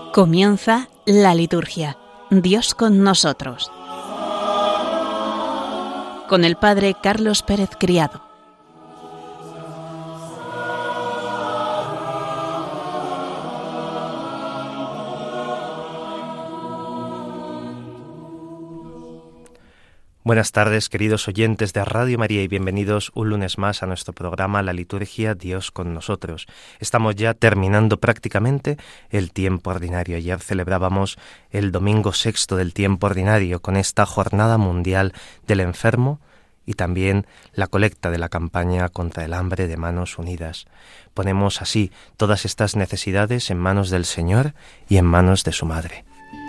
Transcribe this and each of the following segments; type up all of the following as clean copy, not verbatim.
Comienza la liturgia. Dios con nosotros. Con el Padre Carlos Pérez Criado. Buenas tardes, queridos oyentes de Radio María, y bienvenidos un lunes más a nuestro programa La Liturgia, Dios con nosotros. Estamos ya terminando prácticamente el tiempo ordinario. Ayer celebrábamos el domingo sexto del tiempo ordinario con esta Jornada Mundial del Enfermo y también la colecta de la campaña contra el hambre de Manos Unidas. Ponemos así todas estas necesidades en manos del Señor y en manos de su Madre.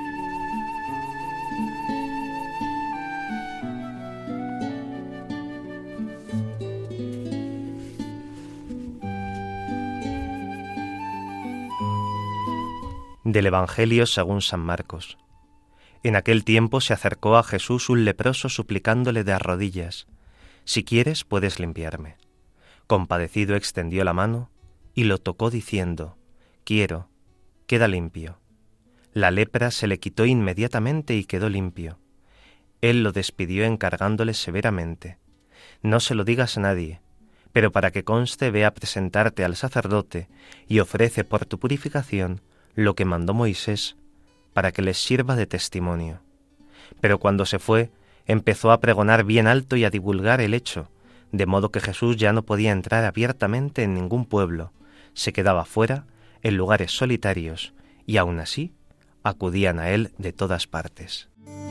Del Evangelio según San Marcos. En aquel tiempo se acercó a Jesús un leproso suplicándole de rodillas: «Si quieres, puedes limpiarme». Compadecido extendió la mano y lo tocó diciendo: «Quiero, queda limpio». La lepra se le quitó inmediatamente y quedó limpio. Él lo despidió encargándole severamente: «No se lo digas a nadie, pero para que conste, ve a presentarte al sacerdote y ofrece por tu purificación lo que mandó Moisés, para que les sirva de testimonio». Pero cuando se fue, empezó a pregonar bien alto y a divulgar el hecho, de modo que Jesús ya no podía entrar abiertamente en ningún pueblo, se quedaba fuera, en lugares solitarios, y aun así acudían a él de todas partes.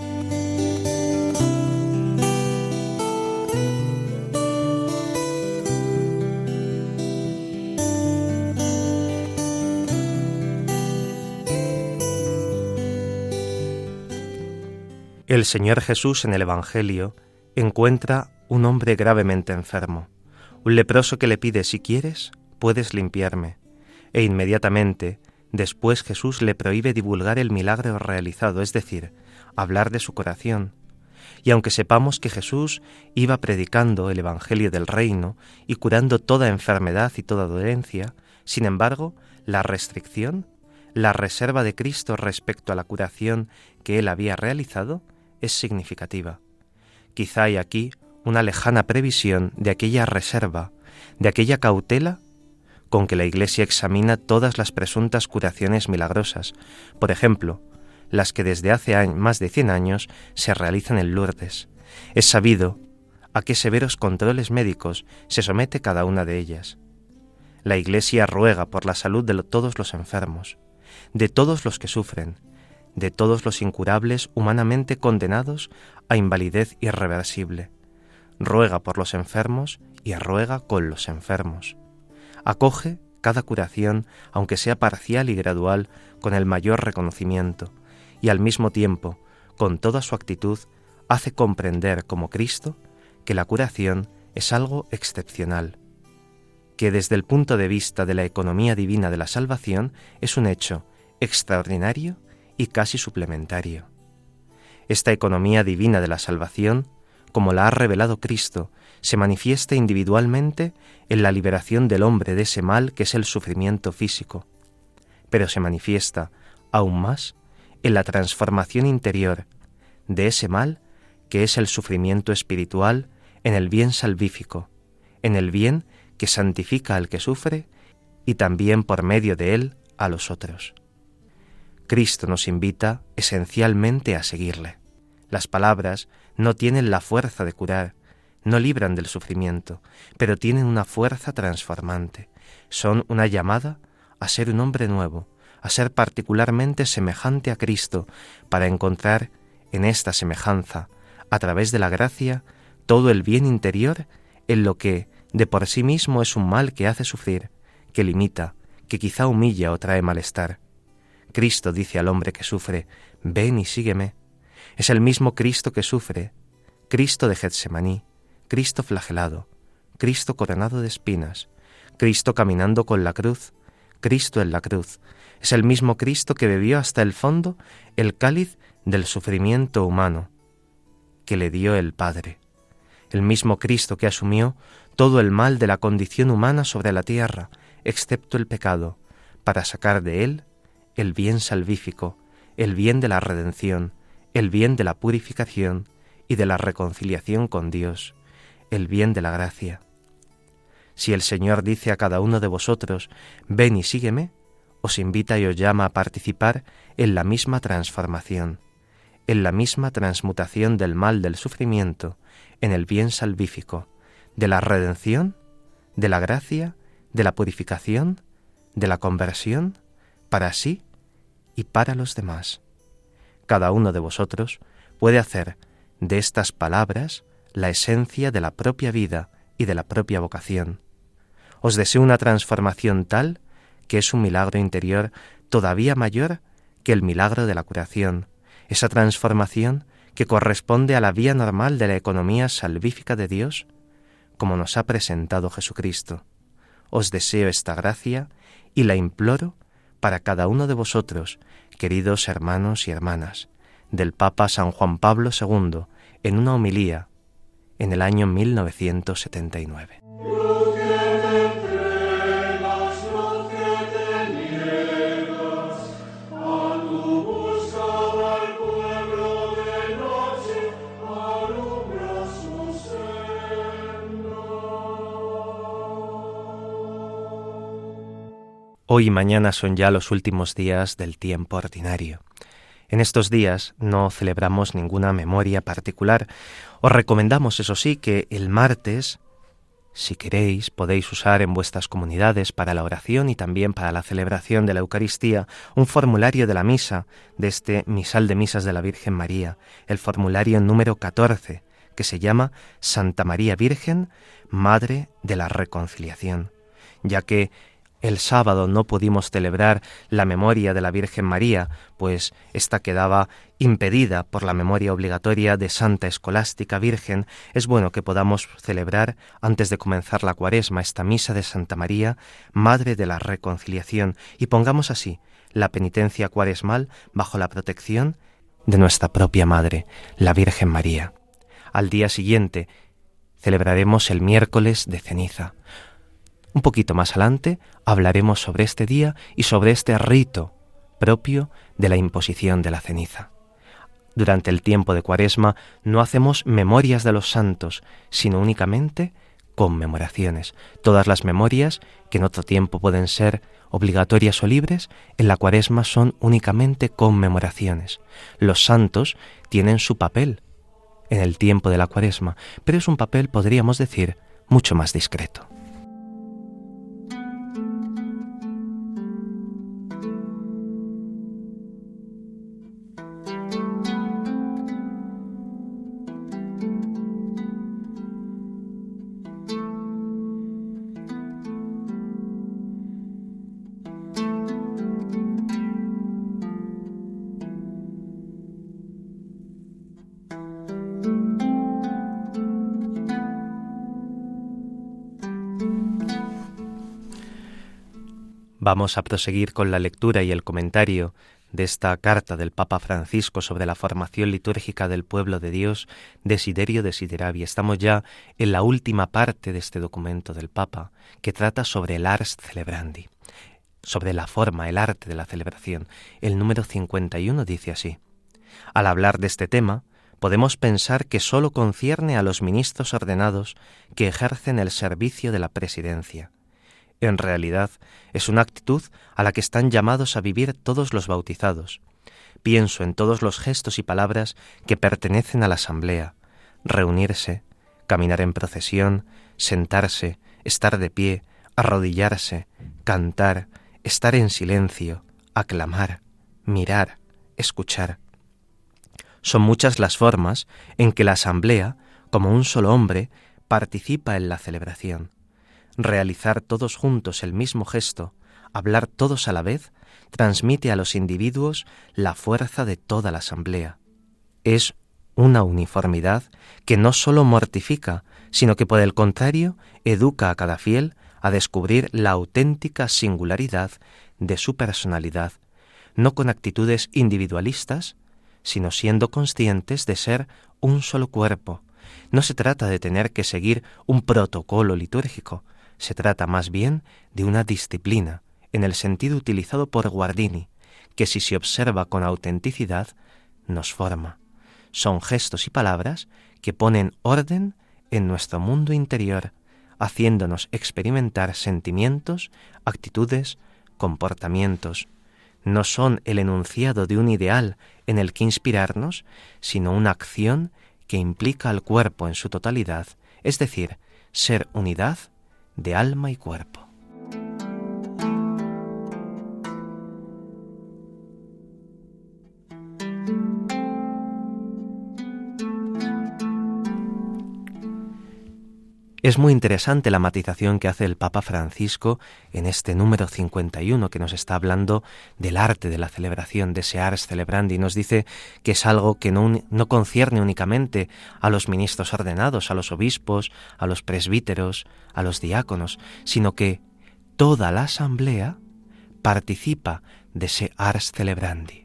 El Señor Jesús en el Evangelio encuentra un hombre gravemente enfermo, un leproso que le pide: «Si quieres, puedes limpiarme», e inmediatamente después Jesús le prohíbe divulgar el milagro realizado, es decir, hablar de su curación. Y aunque sepamos que Jesús iba predicando el Evangelio del Reino y curando toda enfermedad y toda dolencia, sin embargo, la restricción, la reserva de Cristo respecto a la curación que él había realizado, es significativa. Quizá hay aquí una lejana previsión de aquella reserva, de aquella cautela con que la Iglesia examina todas las presuntas curaciones milagrosas, por ejemplo, las que desde hace más de 100 años se realizan en Lourdes. Es sabido a qué severos controles médicos se somete cada una de ellas. La Iglesia ruega por la salud de todos los enfermos, de todos los que sufren, de todos los incurables humanamente condenados a invalidez irreversible. Ruega por los enfermos y ruega con los enfermos. Acoge cada curación, aunque sea parcial y gradual, con el mayor reconocimiento, y al mismo tiempo, con toda su actitud, hace comprender como Cristo que la curación es algo excepcional, que desde el punto de vista de la economía divina de la salvación es un hecho extraordinario y casi suplementario. Esta economía divina de la salvación, como la ha revelado Cristo, se manifiesta individualmente en la liberación del hombre de ese mal que es el sufrimiento físico, pero se manifiesta aún más en la transformación interior de ese mal que es el sufrimiento espiritual en el bien salvífico, en el bien que santifica al que sufre y también por medio de él a los otros. Cristo nos invita esencialmente a seguirle. Las palabras no tienen la fuerza de curar, no libran del sufrimiento, pero tienen una fuerza transformante. Son una llamada a ser un hombre nuevo, a ser particularmente semejante a Cristo, para encontrar en esta semejanza, a través de la gracia, todo el bien interior en lo que de por sí mismo es un mal que hace sufrir, que limita, que quizá humilla o trae malestar. Cristo dice al hombre que sufre: «Ven y sígueme». Es el mismo Cristo que sufre, Cristo de Getsemaní, Cristo flagelado, Cristo coronado de espinas, Cristo caminando con la cruz, Cristo en la cruz. Es el mismo Cristo que bebió hasta el fondo el cáliz del sufrimiento humano que le dio el Padre. El mismo Cristo que asumió todo el mal de la condición humana sobre la tierra, excepto el pecado, para sacar de él el bien salvífico, el bien de la redención, el bien de la purificación y de la reconciliación con Dios, el bien de la gracia. Si el Señor dice a cada uno de vosotros, ven y sígueme, os invita y os llama a participar en la misma transformación, en la misma transmutación del mal del sufrimiento en el bien salvífico, de la redención, de la gracia, de la purificación, de la conversión, para sí y para los demás. Cada uno de vosotros puede hacer de estas palabras la esencia de la propia vida y de la propia vocación. Os deseo una transformación tal que es un milagro interior todavía mayor que el milagro de la curación, esa transformación que corresponde a la vía normal de la economía salvífica de Dios, como nos ha presentado Jesucristo. Os deseo esta gracia y la imploro para cada uno de vosotros, queridos hermanos y hermanas, del Papa San Juan Pablo II, en una homilía en el año 1979. Hoy y mañana son ya los últimos días del tiempo ordinario. En estos días no celebramos ninguna memoria particular. Os recomendamos, eso sí, que el martes, si queréis, podéis usar en vuestras comunidades para la oración y también para la celebración de la Eucaristía un formulario de la misa, de este Misal de Misas de la Virgen María, el formulario número 14, que se llama Santa María Virgen, Madre de la Reconciliación, ya que el sábado no pudimos celebrar la memoria de la Virgen María, pues ésta quedaba impedida por la memoria obligatoria de Santa Escolástica Virgen. Es bueno que podamos celebrar, antes de comenzar la Cuaresma, esta misa de Santa María, Madre de la Reconciliación, y pongamos así la penitencia cuaresmal bajo la protección de nuestra propia Madre, la Virgen María. Al día siguiente celebraremos el miércoles de ceniza. Un poquito más adelante hablaremos sobre este día y sobre este rito propio de la imposición de la ceniza. Durante el tiempo de Cuaresma no hacemos memorias de los santos, sino únicamente conmemoraciones. Todas las memorias, que en otro tiempo pueden ser obligatorias o libres, en la Cuaresma son únicamente conmemoraciones. Los santos tienen su papel en el tiempo de la Cuaresma, pero es un papel, podríamos decir, mucho más discreto. Vamos a proseguir con la lectura y el comentario de esta carta del Papa Francisco sobre la formación litúrgica del pueblo de Dios, Desiderio Desideravi. Estamos ya en la última parte de este documento del Papa, que trata sobre el ars celebrandi, sobre la forma, el arte de la celebración. El número 51 dice así: al hablar de este tema, podemos pensar que sólo concierne a los ministros ordenados que ejercen el servicio de la presidencia. En realidad, es una actitud a la que están llamados a vivir todos los bautizados. Pienso en todos los gestos y palabras que pertenecen a la asamblea: reunirse, caminar en procesión, sentarse, estar de pie, arrodillarse, cantar, estar en silencio, aclamar, mirar, escuchar. Son muchas las formas en que la asamblea, como un solo hombre, participa en la celebración. Realizar todos juntos el mismo gesto, hablar todos a la vez, transmite a los individuos la fuerza de toda la asamblea. Es una uniformidad que no sólo mortifica, sino que por el contrario educa a cada fiel a descubrir la auténtica singularidad de su personalidad, no con actitudes individualistas, sino siendo conscientes de ser un solo cuerpo. No se trata de tener que seguir un protocolo litúrgico, se trata más bien de una disciplina, en el sentido utilizado por Guardini, que si se observa con autenticidad, nos forma. Son gestos y palabras que ponen orden en nuestro mundo interior, haciéndonos experimentar sentimientos, actitudes, comportamientos. No son el enunciado de un ideal en el que inspirarnos, sino una acción que implica al cuerpo en su totalidad, es decir, ser unidad de alma y cuerpo. Es muy interesante la matización que hace el Papa Francisco en este número 51, que nos está hablando del arte de la celebración, de ese ars celebrandi. Nos dice que es algo que no concierne únicamente a los ministros ordenados, a los obispos, a los presbíteros, a los diáconos, sino que toda la asamblea participa de ese ars celebrandi.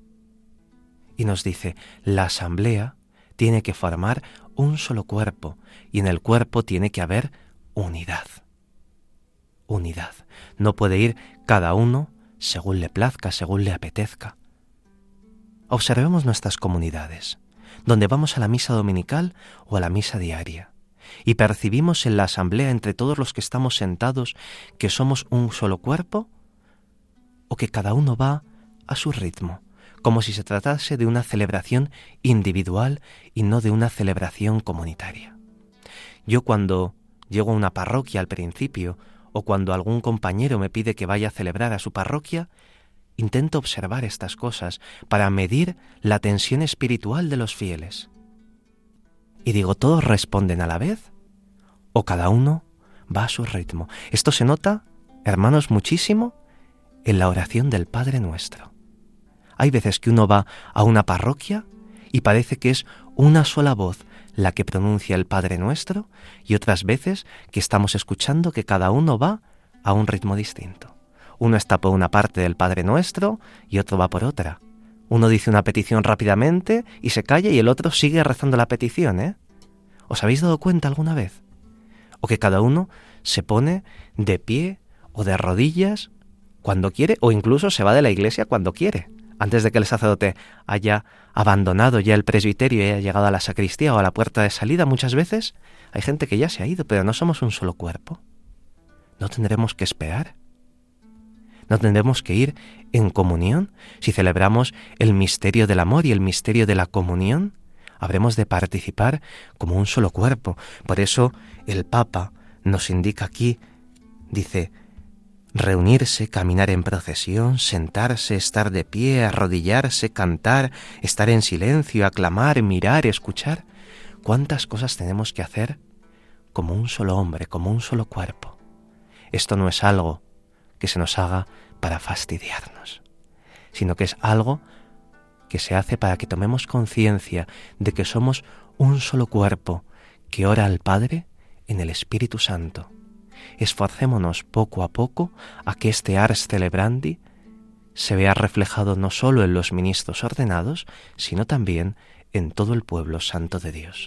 Y nos dice, la asamblea tiene que formar un solo cuerpo, y en el cuerpo tiene que haber unidad. Unidad. No puede ir cada uno según le plazca, según le apetezca. Observemos nuestras comunidades, donde vamos a la misa dominical o a la misa diaria, y percibimos en la asamblea entre todos los que estamos sentados que somos un solo cuerpo, o que cada uno va a su ritmo, como si se tratase de una celebración individual y no de una celebración comunitaria. Yo cuando llego a una parroquia al principio, o cuando algún compañero me pide que vaya a celebrar a su parroquia, intento observar estas cosas para medir la tensión espiritual de los fieles. Y digo, ¿todos responden a la vez? ¿O cada uno va a su ritmo? Esto se nota, hermanos, muchísimo en la oración del Padre Nuestro. Hay veces que uno va a una parroquia y parece que es una sola voz la que pronuncia el Padre Nuestro, y otras veces que estamos escuchando que cada uno va a un ritmo distinto. Uno está por una parte del Padre Nuestro y otro va por otra. Uno dice una petición rápidamente y se calla y el otro sigue rezando la petición, ¿eh? ¿Os habéis dado cuenta alguna vez? O que cada uno se pone de pie o de rodillas cuando quiere, o incluso se va de la iglesia cuando quiere. Antes de que el sacerdote haya abandonado ya el presbiterio y haya llegado a la sacristía o a la puerta de salida, muchas veces hay gente que ya se ha ido, pero no somos un solo cuerpo. ¿No tendremos que esperar? ¿No tendremos que ir en comunión? Si celebramos el misterio del amor y el misterio de la comunión, habremos de participar como un solo cuerpo. Por eso el Papa nos indica aquí, dice, reunirse, caminar en procesión, sentarse, estar de pie, arrodillarse, cantar, estar en silencio, aclamar, mirar, escuchar. ¿Cuántas cosas tenemos que hacer como un solo hombre, como un solo cuerpo? Esto no es algo que se nos haga para fastidiarnos, sino que es algo que se hace para que tomemos conciencia de que somos un solo cuerpo que ora al Padre en el Espíritu Santo. Esforcémonos poco a poco a que este ars celebrandi se vea reflejado no solo en los ministros ordenados, sino también en todo el pueblo santo de Dios.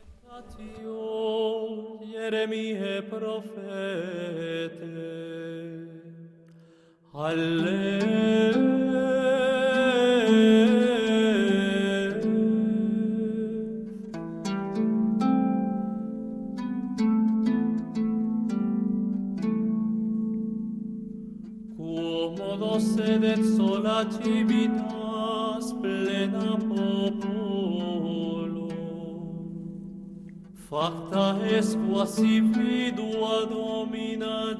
Sedet sola civitas plena populo, facta est quasi vidua domina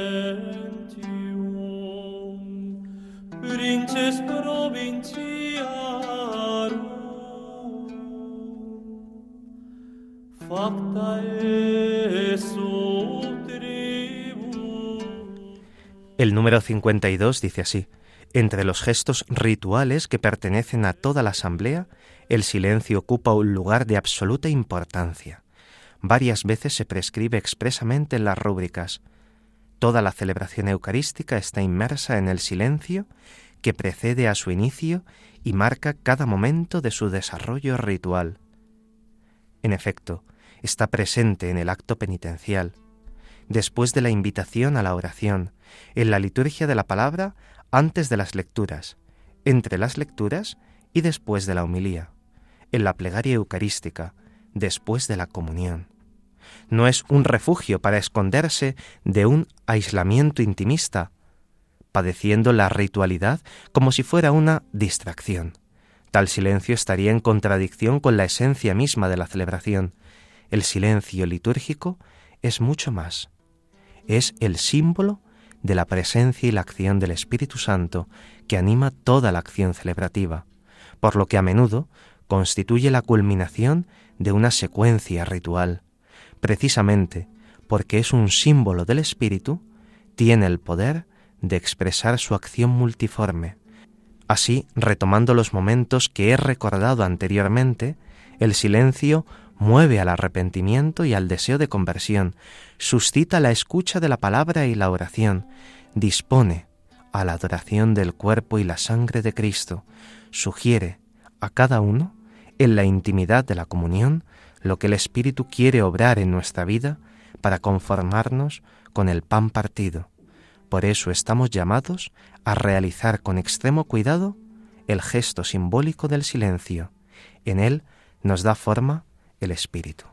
gentium, princes provinciarum, facta est sub tribu. El número 52 dice así: entre los gestos rituales que pertenecen a toda la asamblea, el silencio ocupa un lugar de absoluta importancia. Varias veces se prescribe expresamente en las rúbricas. Toda la celebración eucarística está inmersa en el silencio que precede a su inicio y marca cada momento de su desarrollo ritual. En efecto, está presente en el acto penitencial, después de la invitación a la oración, en la liturgia de la palabra, antes de las lecturas, entre las lecturas y después de la homilía, en la plegaria eucarística, después de la comunión. No es un refugio para esconderse de un aislamiento intimista, padeciendo la ritualidad como si fuera una distracción. Tal silencio estaría en contradicción con la esencia misma de la celebración. El silencio litúrgico es mucho más. Es el símbolo de la presencia y la acción del Espíritu Santo que anima toda la acción celebrativa, por lo que a menudo constituye la culminación de una secuencia ritual. Precisamente porque es un símbolo del Espíritu, tiene el poder de expresar su acción multiforme. Así, retomando los momentos que he recordado anteriormente, el silencio mueve al arrepentimiento y al deseo de conversión, suscita la escucha de la palabra y la oración, dispone a la adoración del cuerpo y la sangre de Cristo, sugiere a cada uno, en la intimidad de la comunión, lo que el Espíritu quiere obrar en nuestra vida para conformarnos con el pan partido. Por eso estamos llamados a realizar con extremo cuidado el gesto simbólico del silencio. En él nos da forma el Espíritu.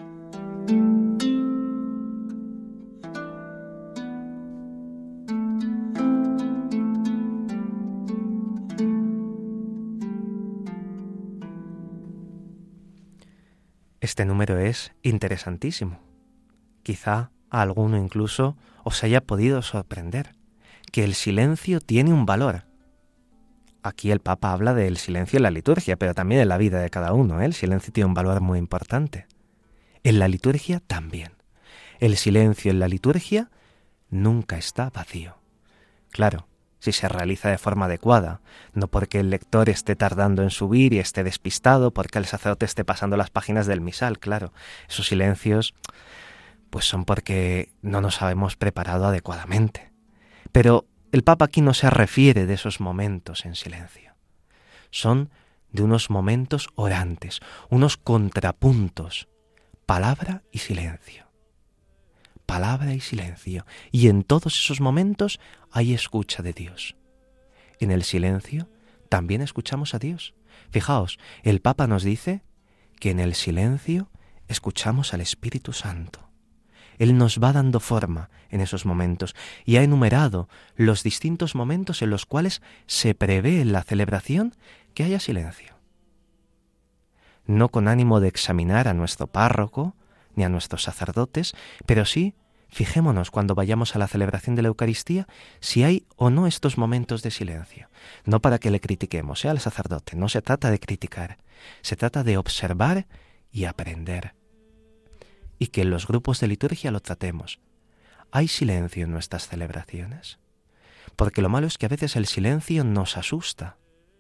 Este número es interesantísimo. Quizá a alguno incluso os haya podido sorprender que el silencio tiene un valor. Aquí el Papa habla del silencio en la liturgia, pero también en la vida de cada uno, ¿eh? El silencio tiene un valor muy importante. En la liturgia también. El silencio en la liturgia nunca está vacío. Claro, si se realiza de forma adecuada, no porque el lector esté tardando en subir y esté despistado, porque el sacerdote esté pasando las páginas del misal, claro. Esos silencios pues son porque no nos habemos preparado adecuadamente. Pero el Papa aquí no se refiere de esos momentos en silencio. Son de unos momentos orantes, unos contrapuntos, palabra y silencio. Palabra y silencio. Y en todos esos momentos hay escucha de Dios. En el silencio también escuchamos a Dios. Fijaos, el Papa nos dice que en el silencio escuchamos al Espíritu Santo. Él nos va dando forma en esos momentos y ha enumerado los distintos momentos en los cuales se prevé en la celebración que haya silencio. No con ánimo de examinar a nuestro párroco ni a nuestros sacerdotes, pero sí, fijémonos cuando vayamos a la celebración de la Eucaristía si hay o no estos momentos de silencio. No para que le critiquemos, al sacerdote, no se trata de criticar, se trata de observar y aprender. Y que en los grupos de liturgia lo tratemos. ¿Hay silencio en nuestras celebraciones? Porque lo malo es que a veces el silencio nos asusta.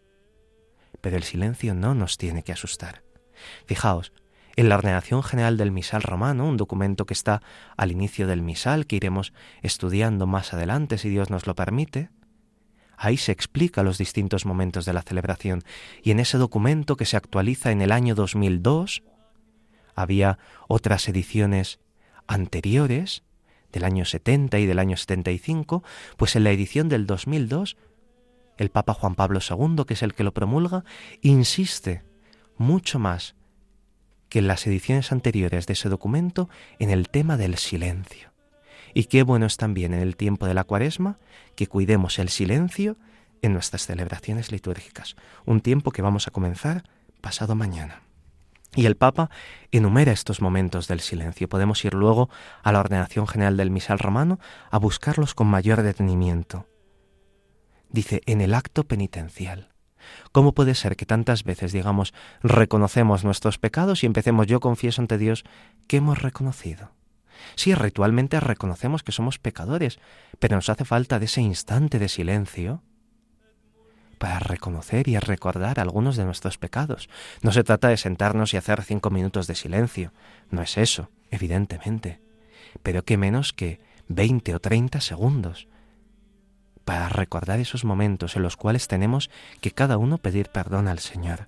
Pero el silencio no nos tiene que asustar. Fijaos, en la ordenación general del misal romano, un documento que está al inicio del misal, que iremos estudiando más adelante si Dios nos lo permite, ahí se explica los distintos momentos de la celebración. Y en ese documento que se actualiza en el año 2002, había otras ediciones anteriores, del año 70 y del año 75, pues en la edición del 2002, el Papa Juan Pablo II, que es el que lo promulga, insiste mucho más que en las ediciones anteriores de ese documento en el tema del silencio. Y qué bueno es también en el tiempo de la Cuaresma que cuidemos el silencio en nuestras celebraciones litúrgicas, un tiempo que vamos a comenzar pasado mañana. Y el Papa enumera estos momentos del silencio. Podemos ir luego a la ordenación general del misal romano a buscarlos con mayor detenimiento. Dice, en el acto penitencial. ¿Cómo puede ser que tantas veces, digamos, reconocemos nuestros pecados y empecemos, yo confieso ante Dios que hemos reconocido? Sí, ritualmente reconocemos que somos pecadores, pero nos hace falta de ese instante de silencio para reconocer y recordar algunos de nuestros pecados. No se trata de sentarnos y hacer 5 minutos de silencio. No es eso, evidentemente. Pero qué menos que 20 o 30 segundos para recordar esos momentos en los cuales tenemos que cada uno pedir perdón al Señor.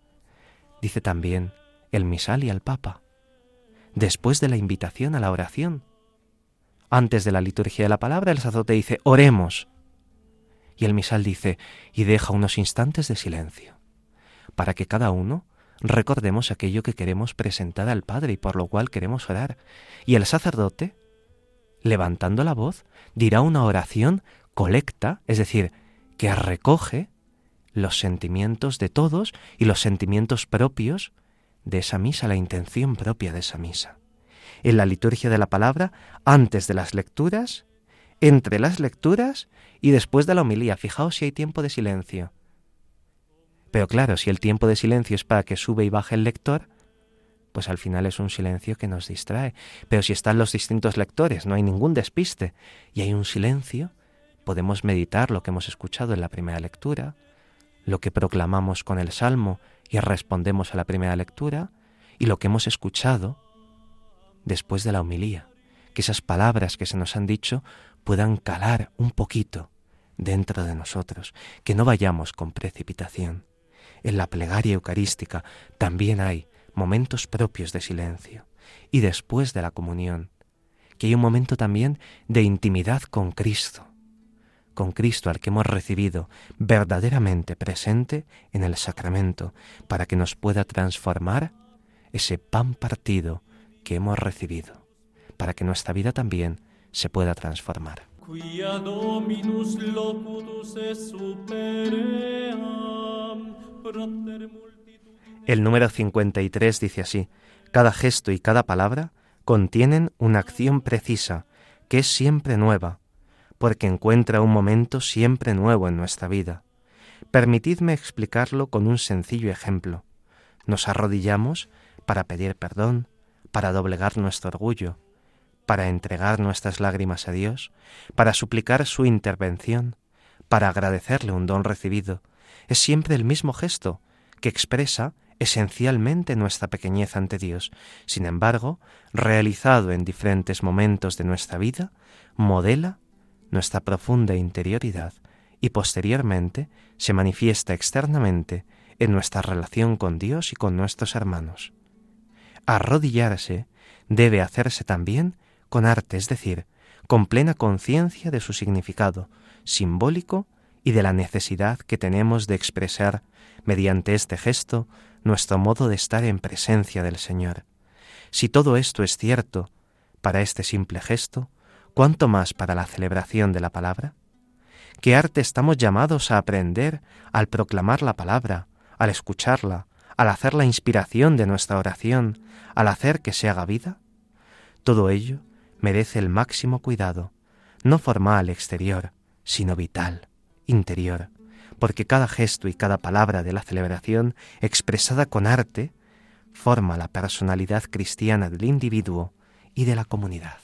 Dice también el misal y el Papa, después de la invitación a la oración. Antes de la liturgia de la palabra, el sacerdote dice, oremos. Y el misal dice, y deja unos instantes de silencio, para que cada uno recordemos aquello que queremos presentar al Padre y por lo cual queremos orar. Y el sacerdote, levantando la voz, dirá una oración colecta, es decir, que recoge los sentimientos de todos y los sentimientos propios de esa misa, la intención propia de esa misa. En la liturgia de la palabra, antes de las lecturas, entre las lecturas y después de la homilía. Fijaos si hay tiempo de silencio. Pero claro, si el tiempo de silencio es para que sube y baje el lector, pues al final es un silencio que nos distrae. Pero si están los distintos lectores, no hay ningún despiste, y hay un silencio, podemos meditar lo que hemos escuchado en la primera lectura, lo que proclamamos con el Salmo y respondemos a la primera lectura, y lo que hemos escuchado después de la homilía. Que esas palabras que se nos han dicho puedan calar un poquito dentro de nosotros, que no vayamos con precipitación. En la plegaria eucarística también hay momentos propios de silencio, y después de la comunión, que hay un momento también de intimidad con Cristo al que hemos recibido verdaderamente presente en el sacramento, para que nos pueda transformar ese pan partido que hemos recibido, para que nuestra vida también se pueda transformar. Quia Dominus locutus est super eam, propter multitudine. El número 53 dice así: cada gesto y cada palabra contienen una acción precisa, que es siempre nueva, porque encuentra un momento siempre nuevo en nuestra vida. Permitidme explicarlo con un sencillo ejemplo. Nos arrodillamos para pedir perdón, para doblegar nuestro orgullo, para entregar nuestras lágrimas a Dios, para suplicar su intervención, para agradecerle un don recibido. Es siempre el mismo gesto que expresa esencialmente nuestra pequeñez ante Dios. Sin embargo, realizado en diferentes momentos de nuestra vida, modela nuestra profunda interioridad y posteriormente se manifiesta externamente en nuestra relación con Dios y con nuestros hermanos. Arrodillarse debe hacerse también con arte, es decir, con plena conciencia de su significado simbólico y de la necesidad que tenemos de expresar mediante este gesto nuestro modo de estar en presencia del Señor. Si todo esto es cierto para este simple gesto, ¿cuánto más para la celebración de la palabra? ¿Qué arte estamos llamados a aprender al proclamar la palabra, al escucharla, al hacer la inspiración de nuestra oración, al hacer que se haga vida? Todo ello merece el máximo cuidado, no formal exterior, sino vital, interior, porque cada gesto y cada palabra de la celebración expresada con arte forma la personalidad cristiana del individuo y de la comunidad.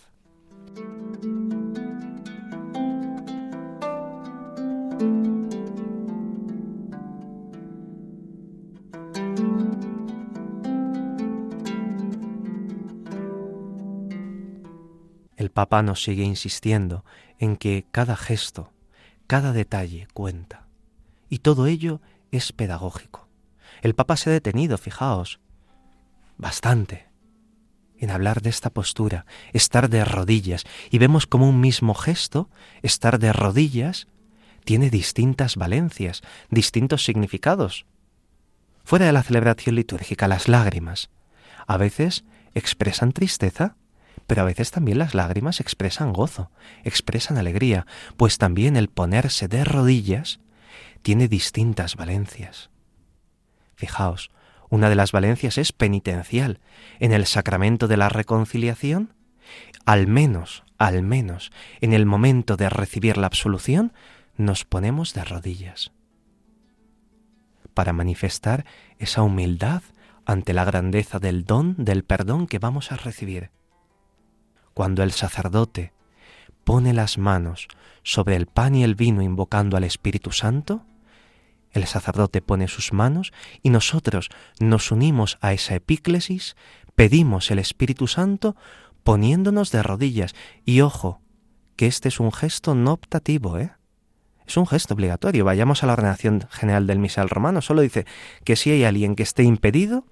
El Papa nos sigue insistiendo en que cada gesto, cada detalle cuenta, y todo ello es pedagógico. El Papa se ha detenido, fijaos, bastante en hablar de esta postura, estar de rodillas, y vemos como un mismo gesto, estar de rodillas, tiene distintas valencias, distintos significados. Fuera de la celebración litúrgica, las lágrimas a veces expresan tristeza, pero a veces también las lágrimas expresan gozo, expresan alegría, pues también el ponerse de rodillas tiene distintas valencias. Fijaos, una de las valencias es penitencial. En el sacramento de la reconciliación, al menos, en el momento de recibir la absolución, nos ponemos de rodillas para manifestar esa humildad ante la grandeza del don, del perdón que vamos a recibir. Cuando el sacerdote pone las manos sobre el pan y el vino invocando al Espíritu Santo, el sacerdote pone sus manos y nosotros nos unimos a esa epíclesis, pedimos el Espíritu Santo poniéndonos de rodillas. Y ojo, que este es un gesto no optativo, es un gesto obligatorio. Vayamos a la ordenación general del misal romano, solo dice que si hay alguien que esté impedido,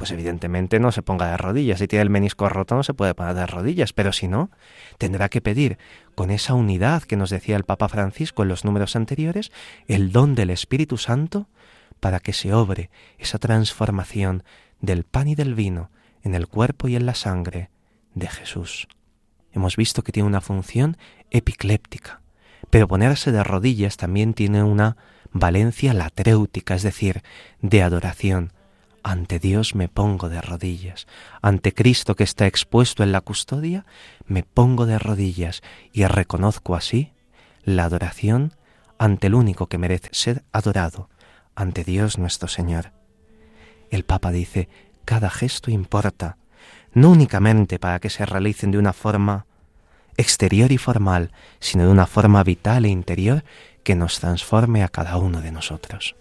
pues evidentemente no se ponga de rodillas. Si tiene el menisco roto no se puede poner de rodillas, pero si no, tendrá que pedir con esa unidad que nos decía el Papa Francisco en los números anteriores, el don del Espíritu Santo para que se obre esa transformación del pan y del vino en el cuerpo y en la sangre de Jesús. Hemos visto que tiene una función epicléptica, pero ponerse de rodillas también tiene una valencia latréutica, es decir, de adoración. Ante Dios me pongo de rodillas, ante Cristo que está expuesto en la custodia, me pongo de rodillas y reconozco así la adoración ante el único que merece ser adorado, ante Dios nuestro Señor. El Papa dice, cada gesto importa, no únicamente para que se realicen de una forma exterior y formal, sino de una forma vital e interior que nos transforme a cada uno de nosotros.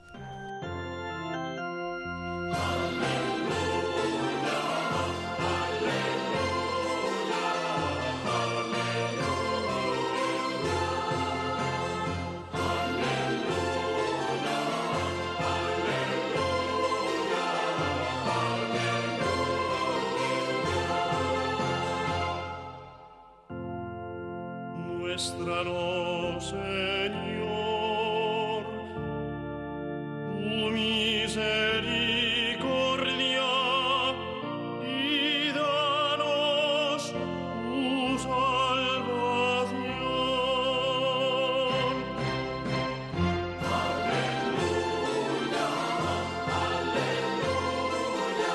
Muéstranos, Señor, tu misericordia y danos tu salvación. Aleluya, aleluya,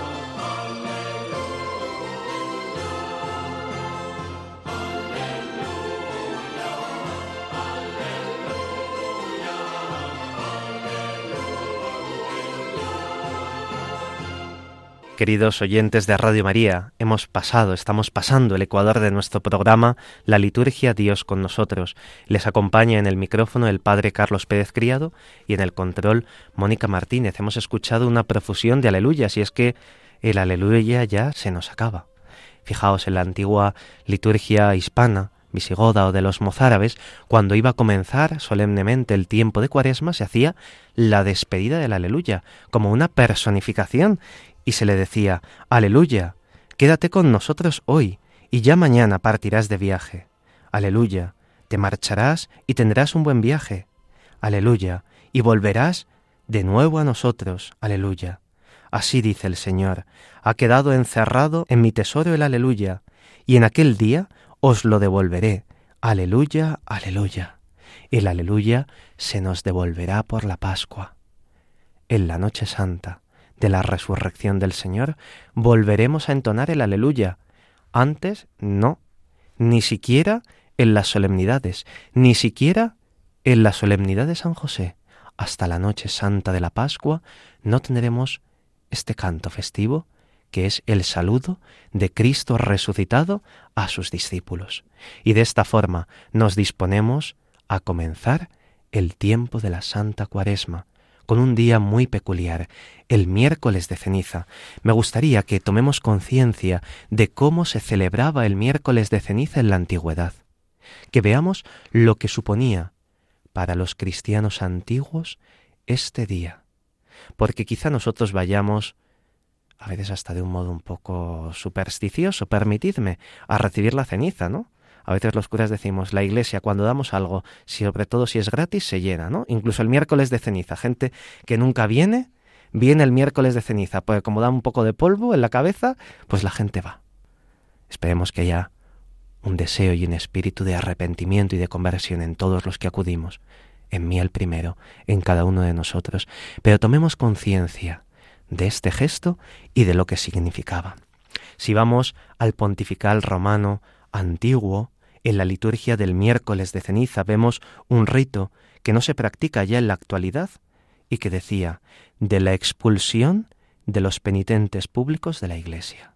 Queridos oyentes de Radio María, estamos pasando el ecuador de nuestro programa, la liturgia Dios con nosotros. Les acompaña en el micrófono el Padre Carlos Pérez Criado y en el control Mónica Martínez. Hemos escuchado una profusión de aleluyas y es que el aleluya ya se nos acaba. Fijaos, en la antigua liturgia hispana, visigoda o de los mozárabes, cuando iba a comenzar solemnemente el tiempo de Cuaresma, se hacía la despedida del aleluya, como una personificación, y se le decía, aleluya, quédate con nosotros hoy, y ya mañana partirás de viaje. Aleluya, te marcharás y tendrás un buen viaje. Aleluya, y volverás de nuevo a nosotros. Aleluya. Así dice el Señor, ha quedado encerrado en mi tesoro el aleluya, y en aquel día os lo devolveré. Aleluya, aleluya. El aleluya se nos devolverá por la Pascua. En la noche santa de la resurrección del Señor volveremos a entonar el aleluya. Antes no, ni siquiera en las solemnidades, ni siquiera en la solemnidad de San José. Hasta la noche santa de la Pascua no tendremos este canto festivo que es el saludo de Cristo resucitado a sus discípulos. Y de esta forma nos disponemos a comenzar el tiempo de la Santa Cuaresma, con un día muy peculiar, el miércoles de ceniza. Me gustaría que tomemos conciencia de cómo se celebraba el miércoles de ceniza en la antigüedad, que veamos lo que suponía para los cristianos antiguos este día, porque quizá nosotros vayamos, a veces hasta de un modo un poco supersticioso, permitidme, a recibir la ceniza, ¿no? A veces los curas decimos, la iglesia cuando damos algo, sobre todo si es gratis, se llena, ¿no? Incluso el miércoles de ceniza, gente que nunca viene el miércoles de ceniza, pues como da un poco de polvo en la cabeza, pues la gente va. Esperemos que haya un deseo y un espíritu de arrepentimiento y de conversión en todos los que acudimos, en mí el primero, en cada uno de nosotros, pero tomemos conciencia de este gesto y de lo que significaba. Si vamos al pontifical romano antiguo, en la liturgia del miércoles de ceniza vemos un rito que no se practica ya en la actualidad y que decía de la expulsión de los penitentes públicos de la Iglesia.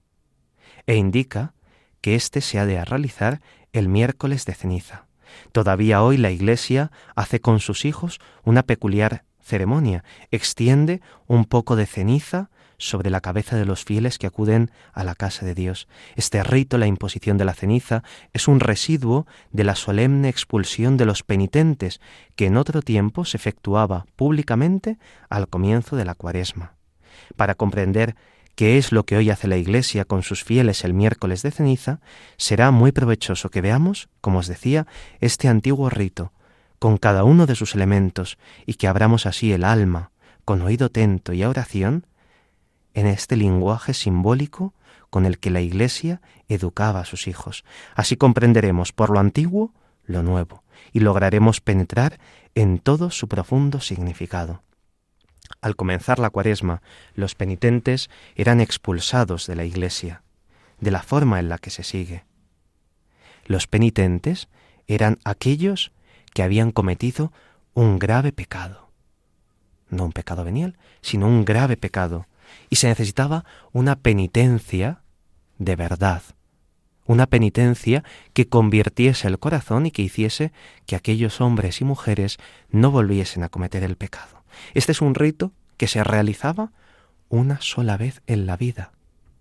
E indica que éste se ha de realizar el miércoles de ceniza. Todavía hoy la Iglesia hace con sus hijos una peculiar ceremonia, extiende un poco de ceniza sobre la cabeza de los fieles que acuden a la casa de Dios. Este rito, la imposición de la ceniza, es un residuo de la solemne expulsión de los penitentes que en otro tiempo se efectuaba públicamente al comienzo de la Cuaresma. Para comprender que es lo que hoy hace la Iglesia con sus fieles el miércoles de ceniza, será muy provechoso que veamos, como os decía, este antiguo rito, con cada uno de sus elementos, y que abramos así el alma, con oído atento y a oración, en este lenguaje simbólico con el que la Iglesia educaba a sus hijos. Así comprenderemos por lo antiguo lo nuevo, y lograremos penetrar en todo su profundo significado. Al comenzar la Cuaresma, los penitentes eran expulsados de la Iglesia, de la forma en la que se sigue. Los penitentes eran aquellos que habían cometido un grave pecado. No un pecado venial, sino un grave pecado. Y se necesitaba una penitencia de verdad, una penitencia que convirtiese el corazón y que hiciese que aquellos hombres y mujeres no volviesen a cometer el pecado. Este es un rito que se realizaba una sola vez en la vida.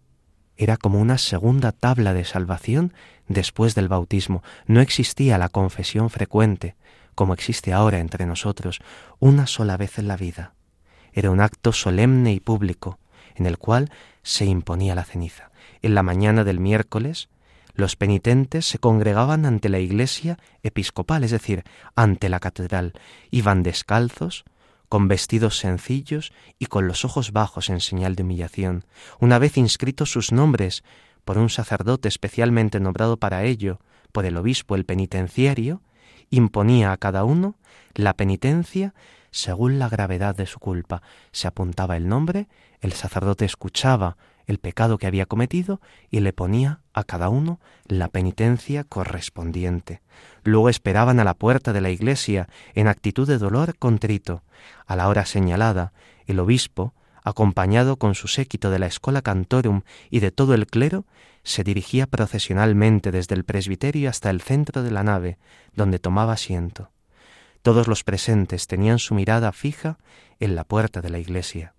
Era como una segunda tabla de salvación después del bautismo. No existía la confesión frecuente, como existe ahora entre nosotros, una sola vez en la vida. Era un acto solemne y público, en el cual se imponía la ceniza. En la mañana del miércoles, los penitentes se congregaban ante la iglesia episcopal, es decir, ante la catedral. Iban descalzos, con vestidos sencillos y con los ojos bajos en señal de humillación. Una vez inscritos sus nombres por un sacerdote especialmente nombrado para ello, por el obispo, el penitenciario, imponía a cada uno la penitencia según la gravedad de su culpa. Se apuntaba el nombre, el sacerdote escuchaba el pecado que había cometido y le ponía a cada uno la penitencia correspondiente. Luego esperaban a la puerta de la iglesia en actitud de dolor contrito. A la hora señalada, el obispo, acompañado con su séquito de la Schola Cantorum y de todo el clero, se dirigía procesionalmente desde el presbiterio hasta el centro de la nave, donde tomaba asiento. Todos los presentes tenían su mirada fija en la puerta de la iglesia.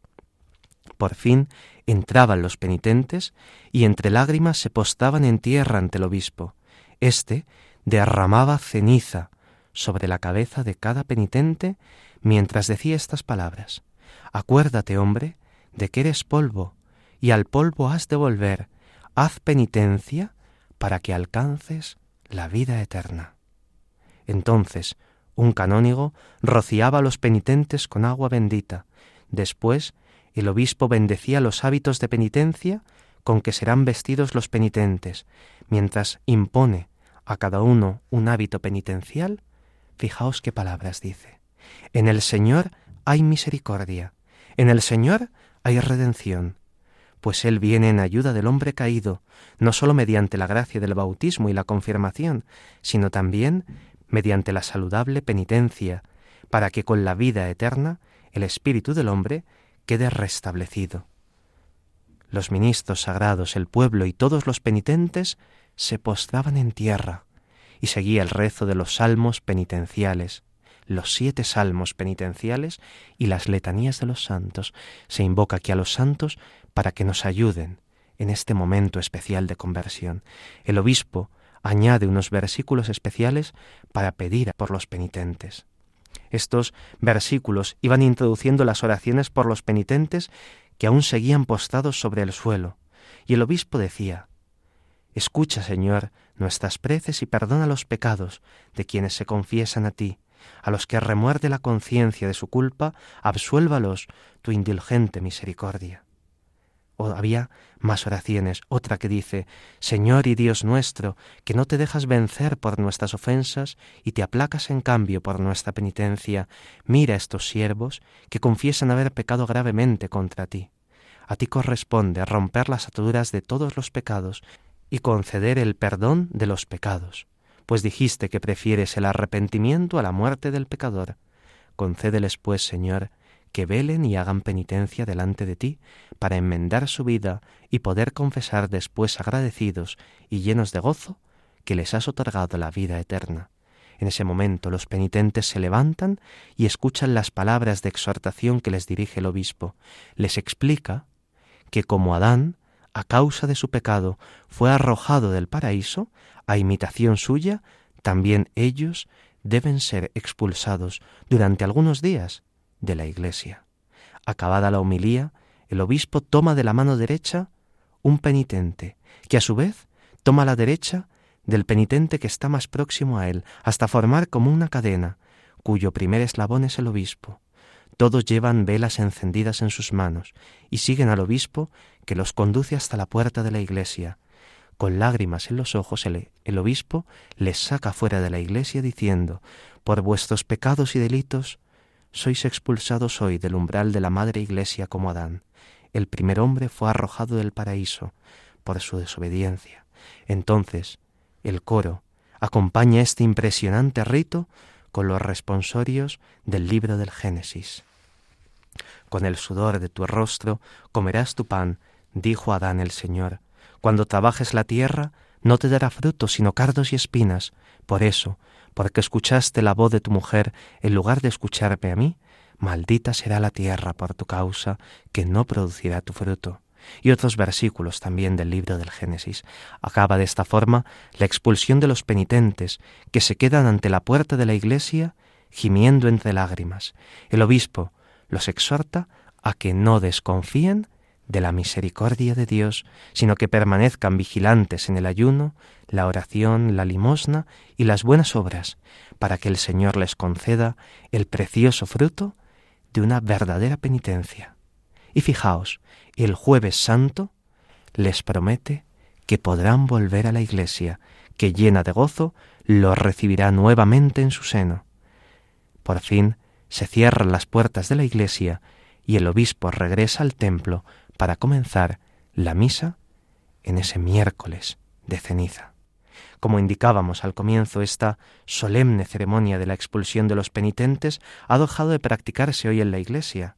Por fin entraban los penitentes y entre lágrimas se postraban en tierra ante el obispo. Este derramaba ceniza sobre la cabeza de cada penitente mientras decía estas palabras: «Acuérdate, hombre, de que eres polvo, y al polvo has de volver. Haz penitencia para que alcances la vida eterna». Entonces, un canónigo rociaba a los penitentes con agua bendita. Después, el obispo bendecía los hábitos de penitencia con que serán vestidos los penitentes, mientras impone a cada uno un hábito penitencial. Fijaos qué palabras dice: «En el Señor hay misericordia, en el Señor hay redención, pues Él viene en ayuda del hombre caído, no sólo mediante la gracia del bautismo y la confirmación, sino también mediante la saludable penitencia, para que con la vida eterna el espíritu del hombre quede restablecido». Los ministros sagrados, el pueblo y todos los penitentes se postraban en tierra y seguía el rezo de los salmos penitenciales, los 7 salmos penitenciales y las letanías de los santos. Se invoca aquí a los santos para que nos ayuden en este momento especial de conversión. El obispo añade unos versículos especiales para pedir por los penitentes. Estos versículos iban introduciendo las oraciones por los penitentes que aún seguían postrados sobre el suelo, y el obispo decía: «Escucha, Señor, nuestras preces y perdona los pecados de quienes se confiesan a ti. A los que remuerde la conciencia de su culpa, absuélvalos tu indulgente misericordia». O había más oraciones, otra que dice: «Señor y Dios nuestro, que no te dejas vencer por nuestras ofensas y te aplacas en cambio por nuestra penitencia, mira a estos siervos que confiesan haber pecado gravemente contra ti. A ti corresponde romper las ataduras de todos los pecados y conceder el perdón de los pecados, pues dijiste que prefieres el arrepentimiento a la muerte del pecador. Concédeles, pues, Señor, que velen y hagan penitencia delante de ti para enmendar su vida y poder confesar después agradecidos y llenos de gozo que les has otorgado la vida eterna». En ese momento los penitentes se levantan y escuchan las palabras de exhortación que les dirige el obispo. Les explica que como Adán, a causa de su pecado, fue arrojado del paraíso, a imitación suya, también ellos deben ser expulsados durante algunos días de la Iglesia. Acabada la homilía, el obispo toma de la mano derecha un penitente, que a su vez toma la derecha del penitente que está más próximo a él, hasta formar como una cadena, cuyo primer eslabón es el obispo. Todos llevan velas encendidas en sus manos y siguen al obispo, que los conduce hasta la puerta de la iglesia. Con lágrimas en los ojos, el obispo les saca fuera de la iglesia diciendo: por vuestros pecados y delitos sois expulsados hoy del umbral de la madre iglesia como Adán. El primer hombre fue arrojado del paraíso por su desobediencia. Entonces, el coro acompaña este impresionante rito con los responsorios del libro del Génesis. Con el sudor de tu rostro comerás tu pan, dijo Adán el Señor. Cuando trabajes la tierra, no te dará fruto, sino cardos y espinas. Por eso, porque escuchaste la voz de tu mujer en lugar de escucharme a mí, maldita será la tierra por tu causa, que no producirá tu fruto. Y otros versículos también del libro del Génesis. Acaba de esta forma la expulsión de los penitentes, que se quedan ante la puerta de la iglesia gimiendo entre lágrimas. El obispo los exhorta a que no desconfíen de la misericordia de Dios, sino que permanezcan vigilantes en el ayuno, la oración, la limosna y las buenas obras, para que el Señor les conceda el precioso fruto de una verdadera penitencia. Y fijaos, el Jueves Santo les promete que podrán volver a la iglesia, que llena de gozo los recibirá nuevamente en su seno. Por fin se cierran las puertas de la iglesia y el obispo regresa al templo para comenzar la misa en ese miércoles de ceniza. Como indicábamos al comienzo, esta solemne ceremonia de la expulsión de los penitentes ha dejado de practicarse hoy en la iglesia,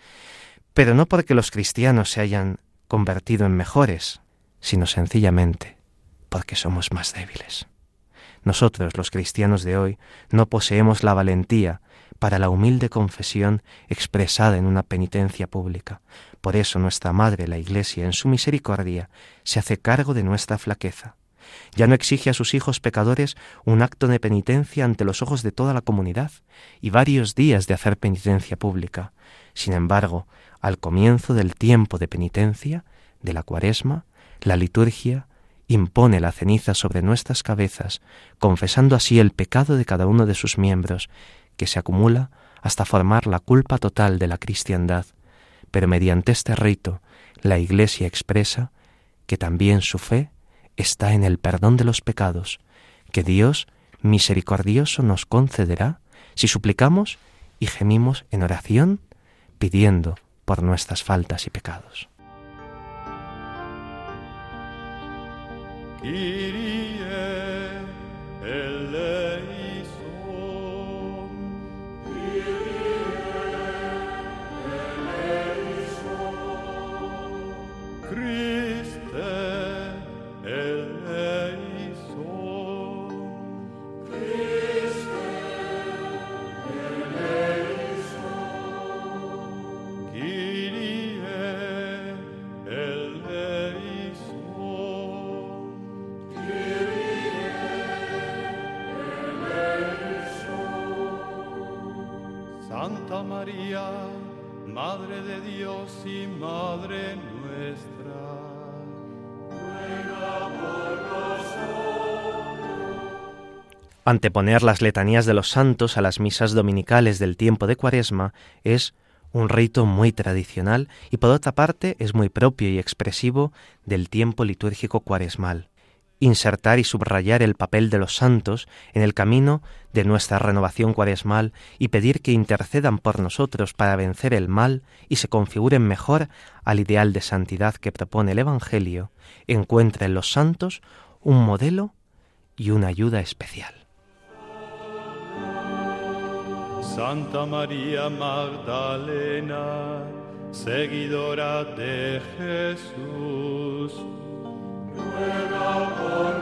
pero no porque los cristianos se hayan convertido en mejores, sino sencillamente porque somos más débiles. Nosotros, los cristianos de hoy, no poseemos la valentía para la humilde confesión expresada en una penitencia pública. Por eso nuestra Madre, la Iglesia, en su misericordia, se hace cargo de nuestra flaqueza. Ya no exige a sus hijos pecadores un acto de penitencia ante los ojos de toda la comunidad y varios días de hacer penitencia pública. Sin embargo, al comienzo del tiempo de penitencia, de la Cuaresma, la liturgia impone la ceniza sobre nuestras cabezas, confesando así el pecado de cada uno de sus miembros, que se acumula hasta formar la culpa total de la cristiandad. Pero mediante este rito, la Iglesia expresa que también su fe está en el perdón de los pecados, que Dios misericordioso nos concederá si suplicamos y gemimos en oración, pidiendo por nuestras faltas y pecados. Kyrie eleison. Christe eleison. Christe eleison. Kyrie eleison. Santa María, Madre de Dios y Madre nuestra, ruega por nosotros. Anteponer las letanías de los santos a las misas dominicales del tiempo de Cuaresma es un rito muy tradicional y por otra parte es muy propio y expresivo del tiempo litúrgico cuaresmal. Insertar y subrayar el papel de los santos en el camino de nuestra renovación cuaresmal y pedir que intercedan por nosotros para vencer el mal y se configuren mejor al ideal de santidad que propone el Evangelio, encuentra en los santos un modelo y una ayuda especial. Santa María Magdalena, seguidora de Jesús, ruega por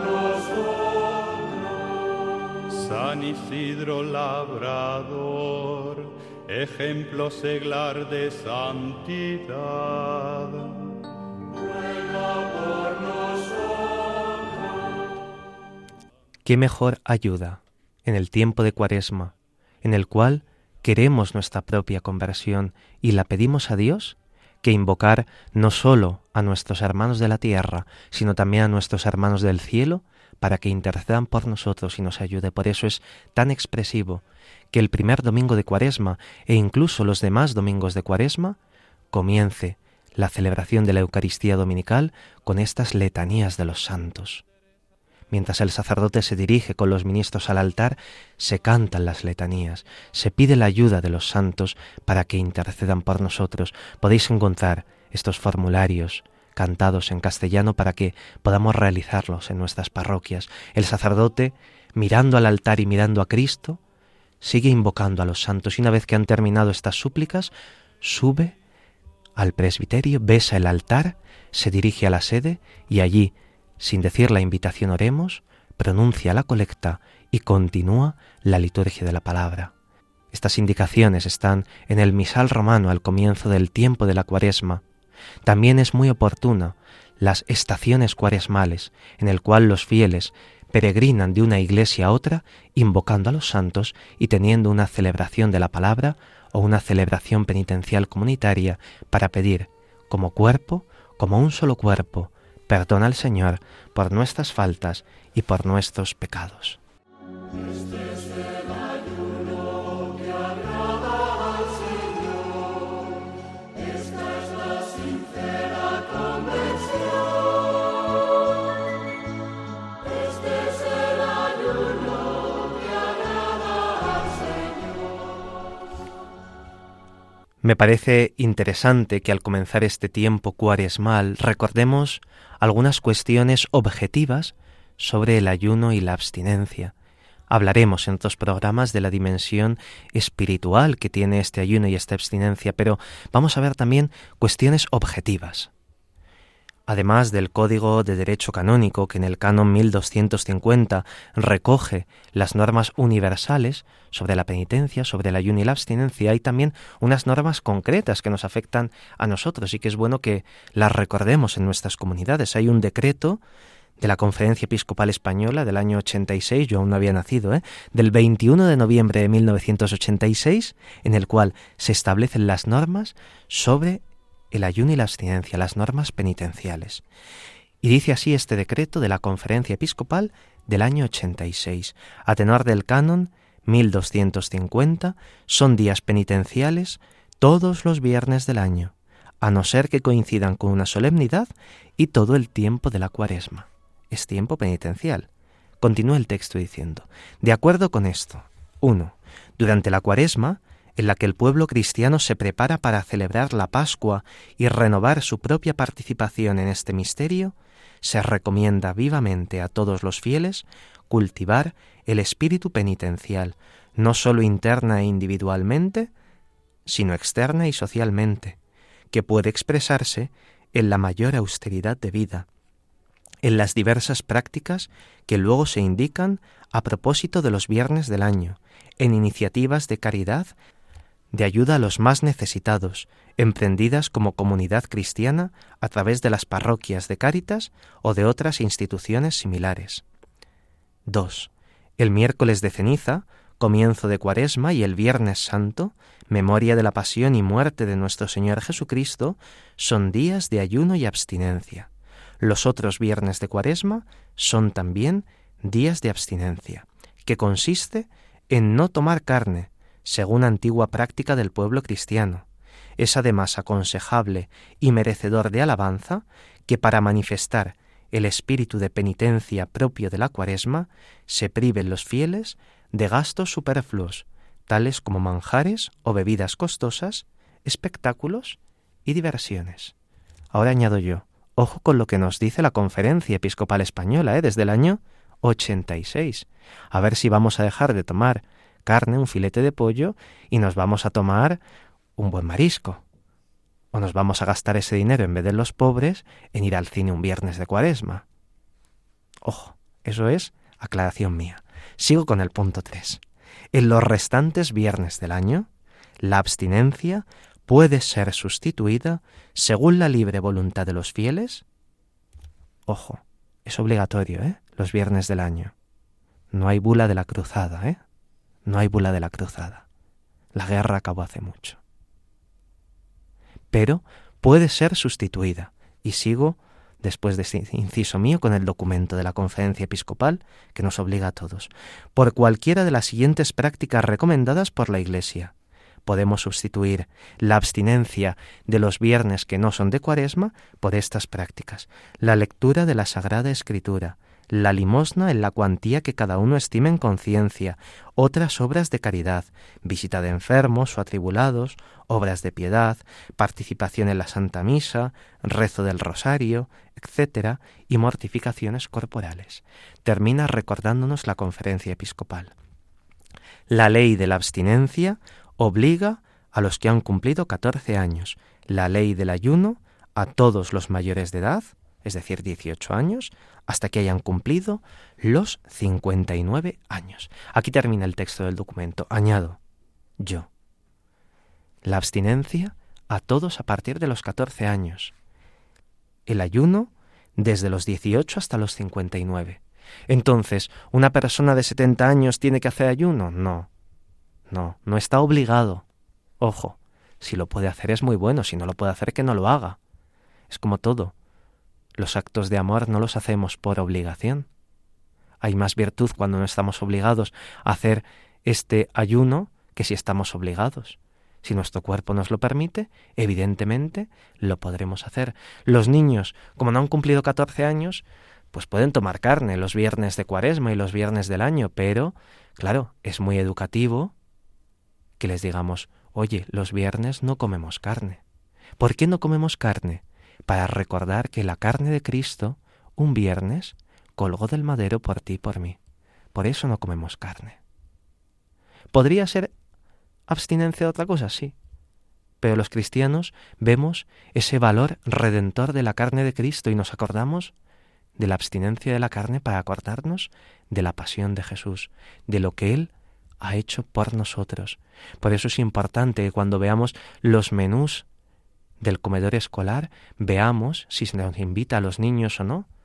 nosotros. San Isidro Labrador, ejemplo seglar de santidad, ruega por nosotros. ¿Qué mejor ayuda en el tiempo de Cuaresma, en el cual queremos nuestra propia conversión y la pedimos a Dios, que invocar no solo a nuestros hermanos de la tierra, sino también a nuestros hermanos del cielo, para que intercedan por nosotros y nos ayude. Por eso es tan expresivo que el primer domingo de Cuaresma e incluso los demás domingos de Cuaresma comience la celebración de la Eucaristía dominical con estas letanías de los santos. Mientras el sacerdote se dirige con los ministros al altar, se cantan las letanías, se pide la ayuda de los santos para que intercedan por nosotros. Podéis encontrar estos formularios cantados en castellano para que podamos realizarlos en nuestras parroquias. El sacerdote, mirando al altar y mirando a Cristo, sigue invocando a los santos y una vez que han terminado estas súplicas, sube al presbiterio, besa el altar, se dirige a la sede y allí, sin decir la invitación oremos, pronuncia la colecta y continúa la liturgia de la palabra. Estas indicaciones están en el misal romano al comienzo del tiempo de la Cuaresma. También es muy oportuna las estaciones cuaresmales, en el cual los fieles peregrinan de una iglesia a otra, invocando a los santos y teniendo una celebración de la palabra o una celebración penitencial comunitaria para pedir, como cuerpo, como un solo cuerpo, perdón al Señor por nuestras faltas y por nuestros pecados. Me parece interesante que al comenzar este tiempo cuaresmal recordemos algunas cuestiones objetivas sobre el ayuno y la abstinencia. Hablaremos en otros programas de la dimensión espiritual que tiene este ayuno y esta abstinencia, pero vamos a ver también cuestiones objetivas. Además del Código de Derecho Canónico, que en el Canon 1250 recoge las normas universales sobre la penitencia, sobre el ayuno y la abstinencia, hay también unas normas concretas que nos afectan a nosotros y que es bueno que las recordemos en nuestras comunidades. Hay un decreto de la Conferencia Episcopal Española del año 86, yo aún no había nacido, del 21 de noviembre de 1986, en el cual se establecen las normas sobre el ayuno y la abstinencia, las normas penitenciales. Y dice así este decreto de la Conferencia Episcopal del año 86. A tenor del canon 1250, son días penitenciales todos los viernes del año, a no ser que coincidan con una solemnidad y todo el tiempo de la Cuaresma. Es tiempo penitencial. Continúa el texto diciendo, de acuerdo con esto, 1. Durante la Cuaresma, en la que el pueblo cristiano se prepara para celebrar la Pascua y renovar su propia participación en este misterio, se recomienda vivamente a todos los fieles cultivar el espíritu penitencial, no sólo interna e individualmente, sino externa y socialmente, que puede expresarse en la mayor austeridad de vida, en las diversas prácticas que luego se indican a propósito de los viernes del año, en iniciativas de caridad, de ayuda a los más necesitados, emprendidas como comunidad cristiana a través de las parroquias de Cáritas o de otras instituciones similares. 2. El miércoles de ceniza, comienzo de Cuaresma, y el Viernes Santo, memoria de la pasión y muerte de nuestro Señor Jesucristo, son días de ayuno y abstinencia. Los otros viernes de Cuaresma son también días de abstinencia, que consiste en no tomar carne, según antigua práctica del pueblo cristiano. Es además aconsejable y merecedor de alabanza que para manifestar el espíritu de penitencia propio de la Cuaresma se priven los fieles de gastos superfluos, tales como manjares o bebidas costosas, espectáculos y diversiones. Ahora añado yo, ojo con lo que nos dice la Conferencia Episcopal Española, desde el año 86. A ver si vamos a dejar de tomar carne, un filete de pollo, y nos vamos a tomar un buen marisco. O nos vamos a gastar ese dinero, en vez de los pobres, en ir al cine un viernes de Cuaresma. Ojo, eso es aclaración mía. Sigo con el punto 3. En los restantes viernes del año, la abstinencia puede ser sustituida según la libre voluntad de los fieles. Ojo, es obligatorio, los viernes del año. No hay bula de la cruzada, No hay bula de la cruzada. La guerra acabó hace mucho. Pero puede ser sustituida. Y sigo, después de este inciso mío, con el documento de la Conferencia Episcopal que nos obliga a todos, por cualquiera de las siguientes prácticas recomendadas por la Iglesia. Podemos sustituir la abstinencia de los viernes que no son de Cuaresma por estas prácticas: la lectura de la Sagrada Escritura, la limosna en la cuantía que cada uno estime en conciencia, otras obras de caridad, visita de enfermos o atribulados, obras de piedad, participación en la Santa Misa, rezo del Rosario, etc., y mortificaciones corporales. Termina recordándonos la Conferencia Episcopal. La ley de la abstinencia obliga a los que han cumplido 14 años, la ley del ayuno a todos los mayores de edad, es decir, 18 años, hasta que hayan cumplido los 59 años. Aquí termina el texto del documento. Añado yo: la abstinencia a todos a partir de los 14 años. El ayuno desde los 18 hasta los 59. Entonces, ¿una persona de 70 años tiene que hacer ayuno? No está obligado. Ojo, si lo puede hacer es muy bueno, si no lo puede hacer, que no lo haga. Es como todo. Los actos de amor no los hacemos por obligación. Hay más virtud cuando no estamos obligados a hacer este ayuno que si estamos obligados. Si nuestro cuerpo nos lo permite, evidentemente lo podremos hacer. Los niños, como no han cumplido 14 años, pues pueden tomar carne los viernes de Cuaresma y los viernes del año, pero, claro, es muy educativo que les digamos: oye, los viernes no comemos carne. ¿Por qué no comemos carne? Para recordar que la carne de Cristo, un viernes, colgó del madero por ti y por mí. Por eso no comemos carne. ¿Podría ser abstinencia de otra cosa? Sí. Pero los cristianos vemos ese valor redentor de la carne de Cristo y nos acordamos de la abstinencia de la carne para acordarnos de la pasión de Jesús, de lo que Él ha hecho por nosotros. Por eso es importante que cuando veamos los menús del comedor escolar, veamos si se nos invita a los niños o no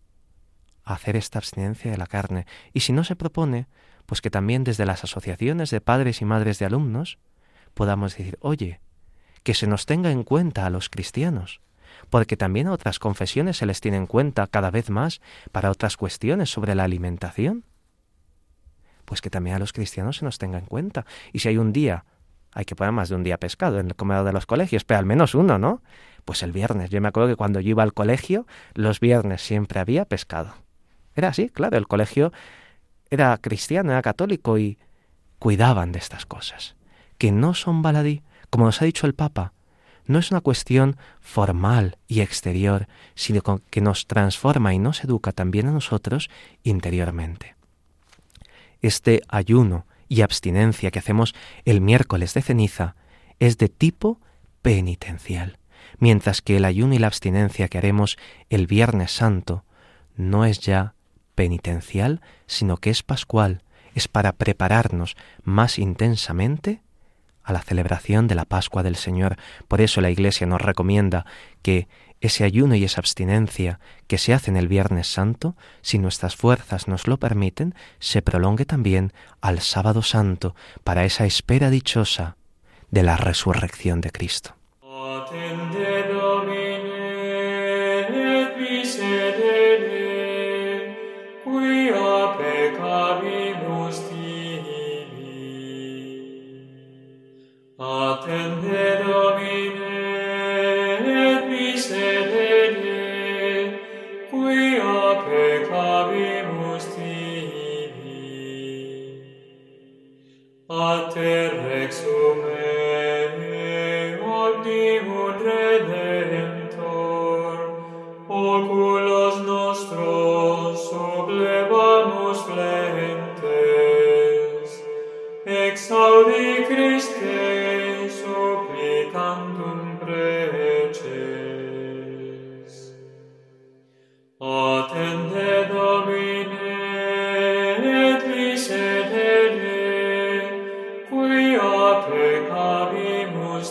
a hacer esta abstinencia de la carne. Y si no se propone, pues que también desde las asociaciones de padres y madres de alumnos podamos decir: oye, que se nos tenga en cuenta a los cristianos, porque también a otras confesiones se les tiene en cuenta cada vez más para otras cuestiones sobre la alimentación. Pues que también a los cristianos se nos tenga en cuenta. Y si hay un día, hay que poner más de un día pescado en el comedor de los colegios, pero al menos uno, ¿no? Pues el viernes. Yo me acuerdo que cuando yo iba al colegio, los viernes siempre había pescado. Era así, claro, el colegio era cristiano, era católico y cuidaban de estas cosas, que no son baladí, como nos ha dicho el Papa. No es una cuestión formal y exterior, sino que nos transforma y nos educa también a nosotros interiormente. Este ayuno y abstinencia que hacemos el miércoles de ceniza es de tipo penitencial, mientras que el ayuno y la abstinencia que haremos el Viernes Santo no es ya penitencial, sino que es pascual, es para prepararnos más intensamente a la celebración de la Pascua del Señor. Por eso la Iglesia nos recomienda que ese ayuno y esa abstinencia que se hace en el Viernes Santo, si nuestras fuerzas nos lo permiten, se prolongue también al Sábado Santo, para esa espera dichosa de la resurrección de Cristo. Attende Domine, et miserere, quia peccavimus tibi. A te rexume, optimum Redentor, oculos nostros sublevamus flentes, exaudi Christe, supplicandum preces. Attende Domine, et miserere, quia peccavimus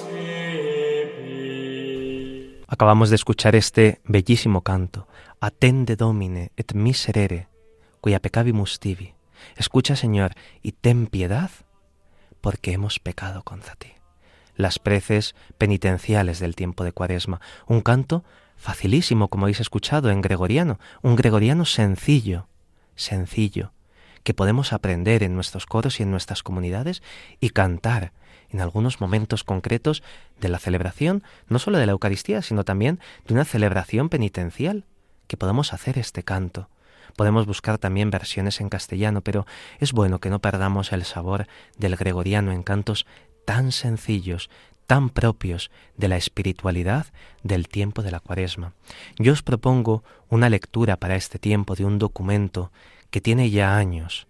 tibi. Acabamos de escuchar este bellísimo canto: Attende Domine, et miserere, quia peccavimus tibi. Escucha, Señor, y ten piedad, porque hemos pecado contra ti. las preces penitenciales del tiempo de Cuaresma. Un canto facilísimo, como habéis escuchado, en gregoriano, un gregoriano sencillo, que podemos aprender en nuestros coros y en nuestras comunidades y cantar en algunos momentos concretos de la celebración, no solo de la Eucaristía, sino también de una celebración penitencial, que podamos hacer este canto. Podemos buscar también versiones en castellano, pero es bueno que no perdamos el sabor del gregoriano en cantos tan sencillos, tan propios de la espiritualidad del tiempo de la Cuaresma. Yo os propongo una lectura para este tiempo de un documento que tiene ya años.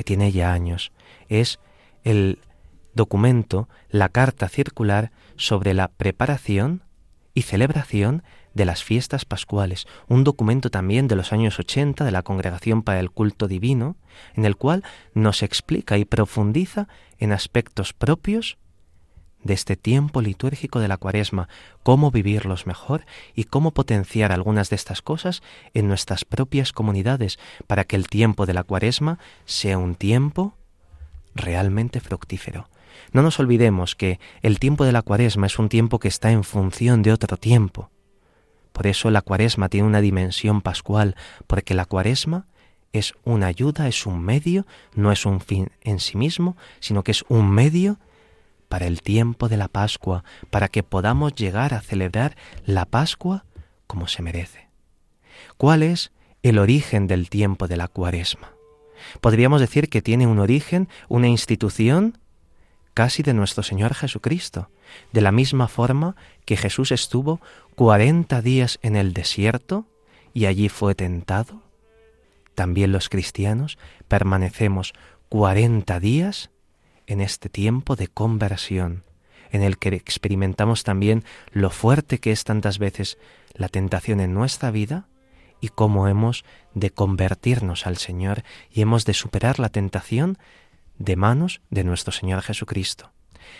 Es el documento, la carta circular sobre la preparación y celebración de las fiestas pascuales, un documento también de los años 80 de la Congregación para el Culto Divino, en el cual nos explica y profundiza en aspectos propios de este tiempo litúrgico de la Cuaresma, cómo vivirlos mejor y cómo potenciar algunas de estas cosas en nuestras propias comunidades para que el tiempo de la Cuaresma sea un tiempo realmente fructífero. No nos olvidemos que el tiempo de la Cuaresma es un tiempo que está en función de otro tiempo. Por eso la Cuaresma tiene una dimensión pascual, porque la Cuaresma es una ayuda, es un medio, no es un fin en sí mismo, sino que es un medio para el tiempo de la Pascua, para que podamos llegar a celebrar la Pascua como se merece. ¿Cuál es el origen del tiempo de la Cuaresma? Podríamos decir que tiene un origen, una institución casi de nuestro Señor Jesucristo, de la misma forma que Jesús estuvo 40 días en el desierto y allí fue tentado. También los cristianos permanecemos 40 días en este tiempo de conversión, en el que experimentamos también lo fuerte que es tantas veces la tentación en nuestra vida y cómo hemos de convertirnos al Señor y hemos de superar la tentación de manos de nuestro Señor Jesucristo.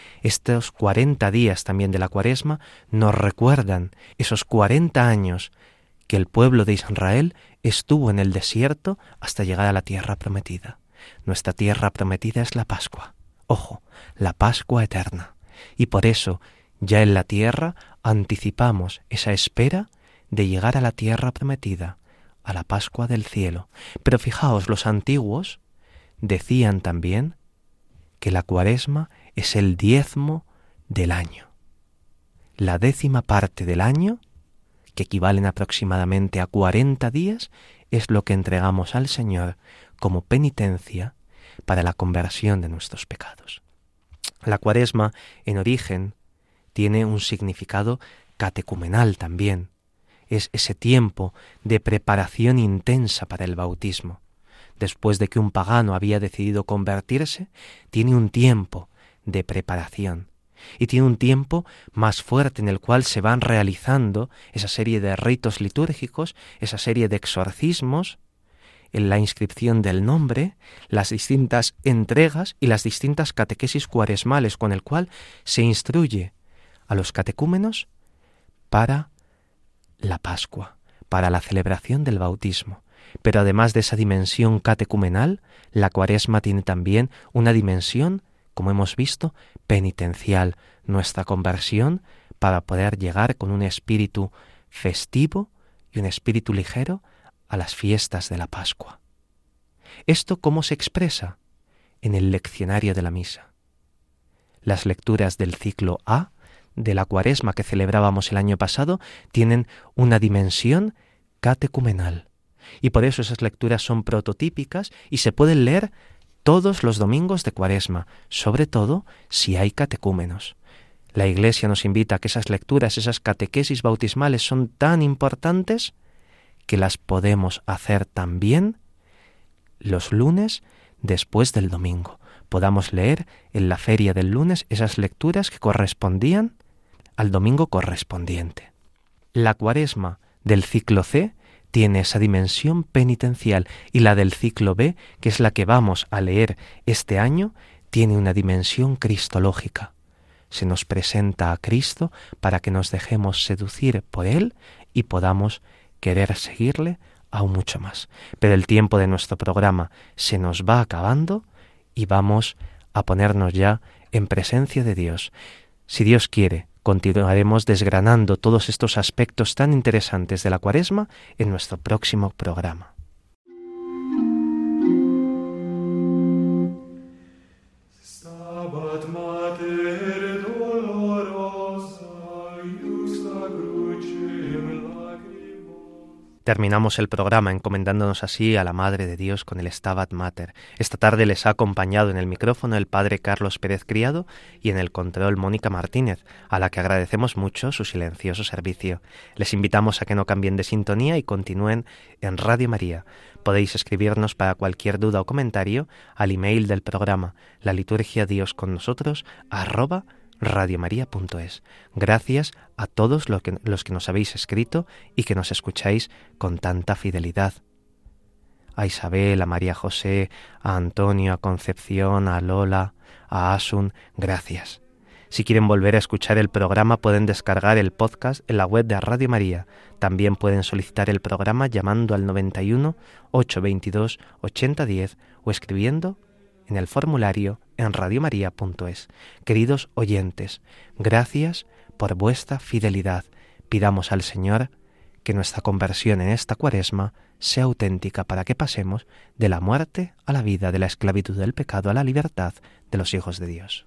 Estos 40 días también de la Cuaresma nos recuerdan esos 40 años que el pueblo de Israel estuvo en el desierto hasta llegar a la tierra prometida. Nuestra tierra prometida es la Pascua. Ojo, la Pascua eterna. Y por eso, ya en la tierra, anticipamos esa espera de llegar a la tierra prometida, a la Pascua del cielo. Pero fijaos, los antiguos decían también que la Cuaresma es el diezmo del año. La 10ª parte del año, que equivalen aproximadamente a 40 días, es lo que entregamos al Señor como penitencia para la conversión de nuestros pecados. La Cuaresma, en origen, tiene un significado catecumenal también. Es ese tiempo de preparación intensa para el bautismo. Después de que un pagano había decidido convertirse, tiene un tiempo de preparación. Y tiene un tiempo más fuerte en el cual se van realizando esa serie de ritos litúrgicos, esa serie de exorcismos, en la inscripción del nombre, las distintas entregas y las distintas catequesis cuaresmales con el cual se instruye a los catecúmenos para la Pascua, para la celebración del bautismo. Pero además de esa dimensión catecumenal, la Cuaresma tiene también una dimensión, como hemos visto, penitencial, nuestra conversión para poder llegar con un espíritu festivo y un espíritu ligero a las fiestas de la Pascua. ¿Esto cómo se expresa? En el leccionario de la misa. Las lecturas del ciclo A de la Cuaresma que celebrábamos el año pasado tienen una dimensión catecumenal. Y por eso esas lecturas son prototípicas y se pueden leer todos los domingos de Cuaresma, sobre todo si hay catecúmenos. La Iglesia nos invita a que esas lecturas, esas catequesis bautismales son tan importantes que las podemos hacer también los lunes después del domingo. Podamos leer en la feria del lunes esas lecturas que correspondían al domingo correspondiente. La Cuaresma del ciclo C tiene esa dimensión penitencial y la del ciclo B, que es la que vamos a leer este año, tiene una dimensión cristológica. Se nos presenta a Cristo para que nos dejemos seducir por Él y podamos querer seguirle aún mucho más. Pero el tiempo de nuestro programa se nos va acabando y vamos a ponernos ya en presencia de Dios. Si Dios quiere, continuaremos desgranando todos estos aspectos tan interesantes de la Cuaresma en nuestro próximo programa. Stabat Mater dolorosa, iusta crucem lacrimos. Terminamos el programa encomendándonos así a la Madre de Dios con el Stabat Mater. Esta tarde les ha acompañado en el micrófono el Padre Carlos Pérez Criado y en el control Mónica Martínez, a la que agradecemos mucho su silencioso servicio. Les invitamos a que no cambien de sintonía y continúen en Radio María. Podéis escribirnos para cualquier duda o comentario al email del programa laliturgiadiosconnosotros@radiomaria.es. Gracias a todos los que nos habéis escrito y que nos escucháis con tanta fidelidad. A Isabel, a María José, a Antonio, a Concepción, a Lola, a Asun, gracias. Si quieren volver a escuchar el programa pueden descargar el podcast en la web de Radio María. También pueden solicitar el programa llamando al 91 822 8010 o escribiendo en el formulario en radiomaria.es. Queridos oyentes, gracias por vuestra fidelidad. Pidamos al Señor que nuestra conversión en esta Cuaresma sea auténtica para que pasemos de la muerte a la vida, de la esclavitud del pecado a la libertad de los hijos de Dios.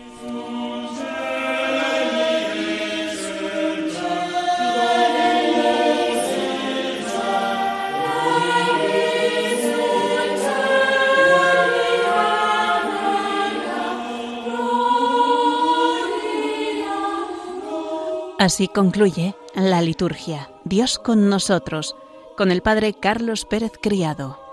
Así concluye la liturgia. Dios con nosotros, con el Padre Carlos Pérez Criado.